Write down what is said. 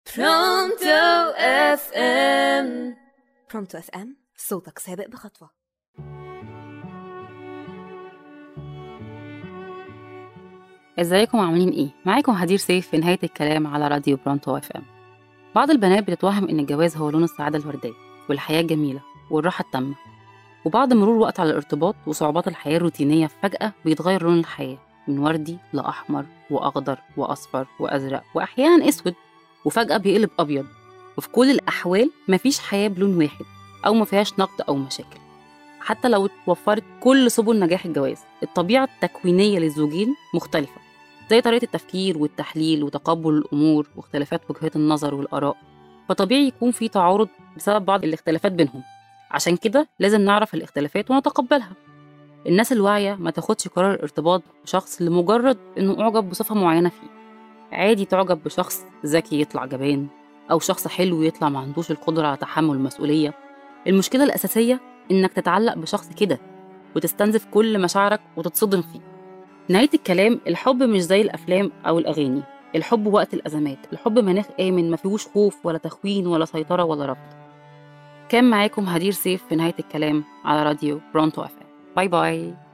برونتو اف ام. برونتو اف ام، صوتك سابق بخطوة. ازيكم عاملين ايه؟ معاكم هدير سيف في نهاية الكلام على راديو برونتو اف ام. بعض البنات بتتوهم ان الجواز هو لون السعادة الوردية والحياة الجميلة والراحة التامة، وبعد مرور وقت على الارتباط وصعوبات الحياة الروتينية فجأة بيتغير لون الحياة من وردي لأحمر وأخضر وأصفر وأزرق وأحيانا أسود، وفجأة بيقلب أبيض. وفي كل الأحوال مفيش حياة بلون واحد أو مفيهاش نقد أو مشاكل. حتى لو توفرت كل سبل نجاح الجواز، الطبيعة التكوينية للزوجين مختلفة، زي طريقة التفكير والتحليل وتقبل الأمور واختلافات وجهات النظر والآراء، فطبيعي يكون في تعارض بسبب بعض الاختلافات بينهم. عشان كده لازم نعرف الاختلافات ونتقبلها. الناس الواعية ما تاخدش قرار الارتباط بشخص لمجرد إنه أعجب بصفة معينة فيه. عادي تعجب بشخص ذكي يطلع جبان، أو شخص حلو يطلع ما عندوش القدرة على تحمل المسؤولية. المشكلة الأساسية إنك تتعلق بشخص كده وتستنزف كل مشاعرك وتتصدم فيه. نهاية الكلام، الحب مش زي الأفلام أو الأغاني. الحب وقت الأزمات، الحب مناخ آمن ما فيهوش خوف ولا تخوين ولا سيطرة ولا رفض. كان معاكم هدير سيف في نهاية الكلام على راديو برونتو اف ام. باي باي.